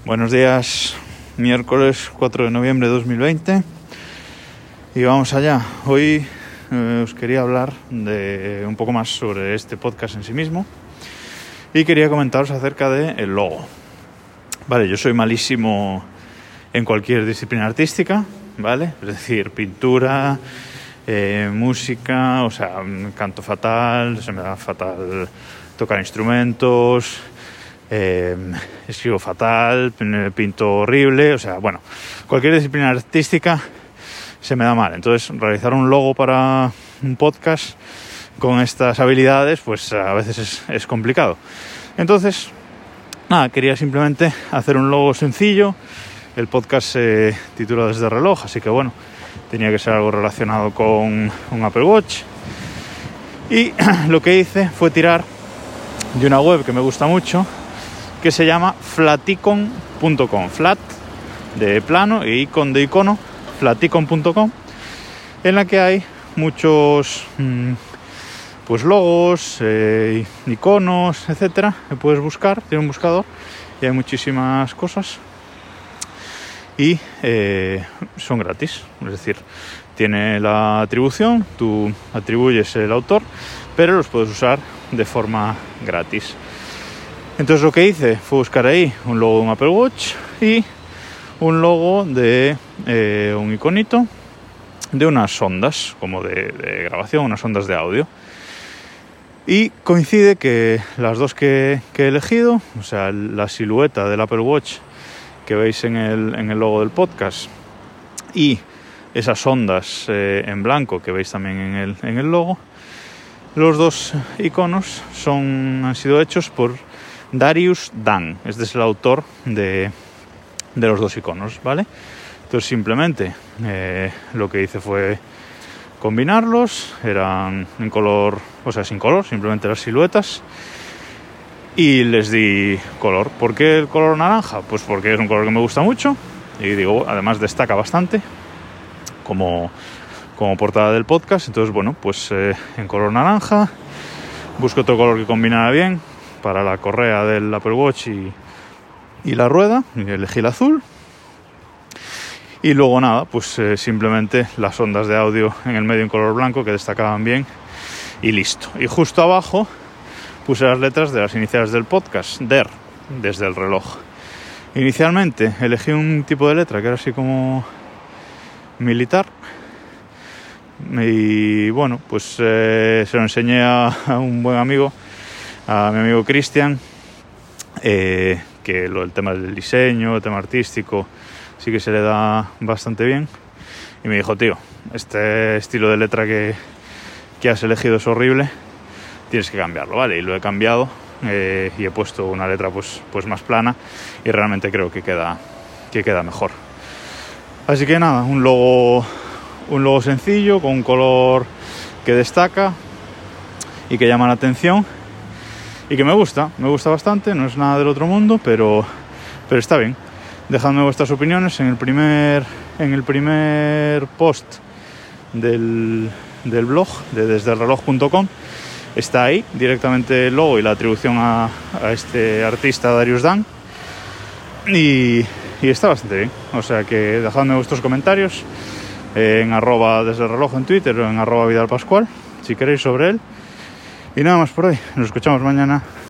Buenos días, miércoles 4 de noviembre de 2020 y vamos allá. Hoy os quería hablar de un poco más sobre este podcast en sí mismo y quería comentaros acerca del logo. Vale, yo soy malísimo en cualquier disciplina artística, ¿vale? Es decir, pintura, música, canto fatal, se me da fatal tocar instrumentos, escribo fatal, pinto horrible, cualquier disciplina artística se me da mal. Entonces, realizar un logo para un podcast con estas habilidades, pues a veces es complicado. Entonces, quería simplemente hacer un logo sencillo. El podcast se titula Desde el Reloj, así que tenía que ser algo relacionado con un Apple Watch. Y lo que hice fue tirar de una web que me gusta mucho, que se llama flaticon.com, flat de plano e icon de icono, flaticon.com, en la que hay muchos logos, iconos, etcétera, que puedes buscar. Tiene un buscador y hay muchísimas cosas y son gratis, es decir, tiene la atribución, tú atribuyes el autor, pero los puedes usar de forma gratis. Entonces lo que hice fue buscar ahí un logo de un Apple Watch y un logo de un iconito de unas ondas como de grabación, unas ondas de audio. Y coincide que las dos que he elegido, la silueta del Apple Watch que veis en el logo del podcast y esas ondas en blanco que veis también en el logo, los dos iconos han sido hechos por Darius Dan. Este es el autor de los dos iconos, ¿vale? Entonces simplemente lo que hice fue combinarlos. Eran en color, sin color, simplemente las siluetas, y les di color. ¿Por qué el color naranja? Pues porque es un color que me gusta mucho y además destaca bastante como portada del podcast. Entonces en color naranja. Busco otro color que combinara bien para la correa del Apple Watch y la rueda, y elegí el azul. Y luego simplemente las ondas de audio en el medio en color blanco que destacaban bien, y listo. Y justo abajo puse las letras de las iniciales del podcast, DER, Desde el Reloj. Inicialmente elegí un tipo de letra que era así como militar, y se lo enseñé a un buen amigo, a mi amigo Cristian, que el tema del diseño, el tema artístico, sí que se le da bastante bien, y me dijo: tío, este estilo de letra que has elegido es horrible, tienes que cambiarlo, ¿vale? Y lo he cambiado, y he puesto una letra pues más plana, y realmente creo que queda mejor. Así que un logo sencillo, con un color que destaca y que llama la atención, y que me gusta bastante. No es nada del otro mundo, pero está bien. Dejadme vuestras opiniones en el primer post del blog de desdelreloj.com. Está ahí directamente el logo y la atribución a este artista, Darius Dan, y está bastante bien. Que dejadme vuestros comentarios en @desdelreloj en Twitter o en @vidalpascual si queréis sobre él. Y nada más por hoy. Nos escuchamos mañana.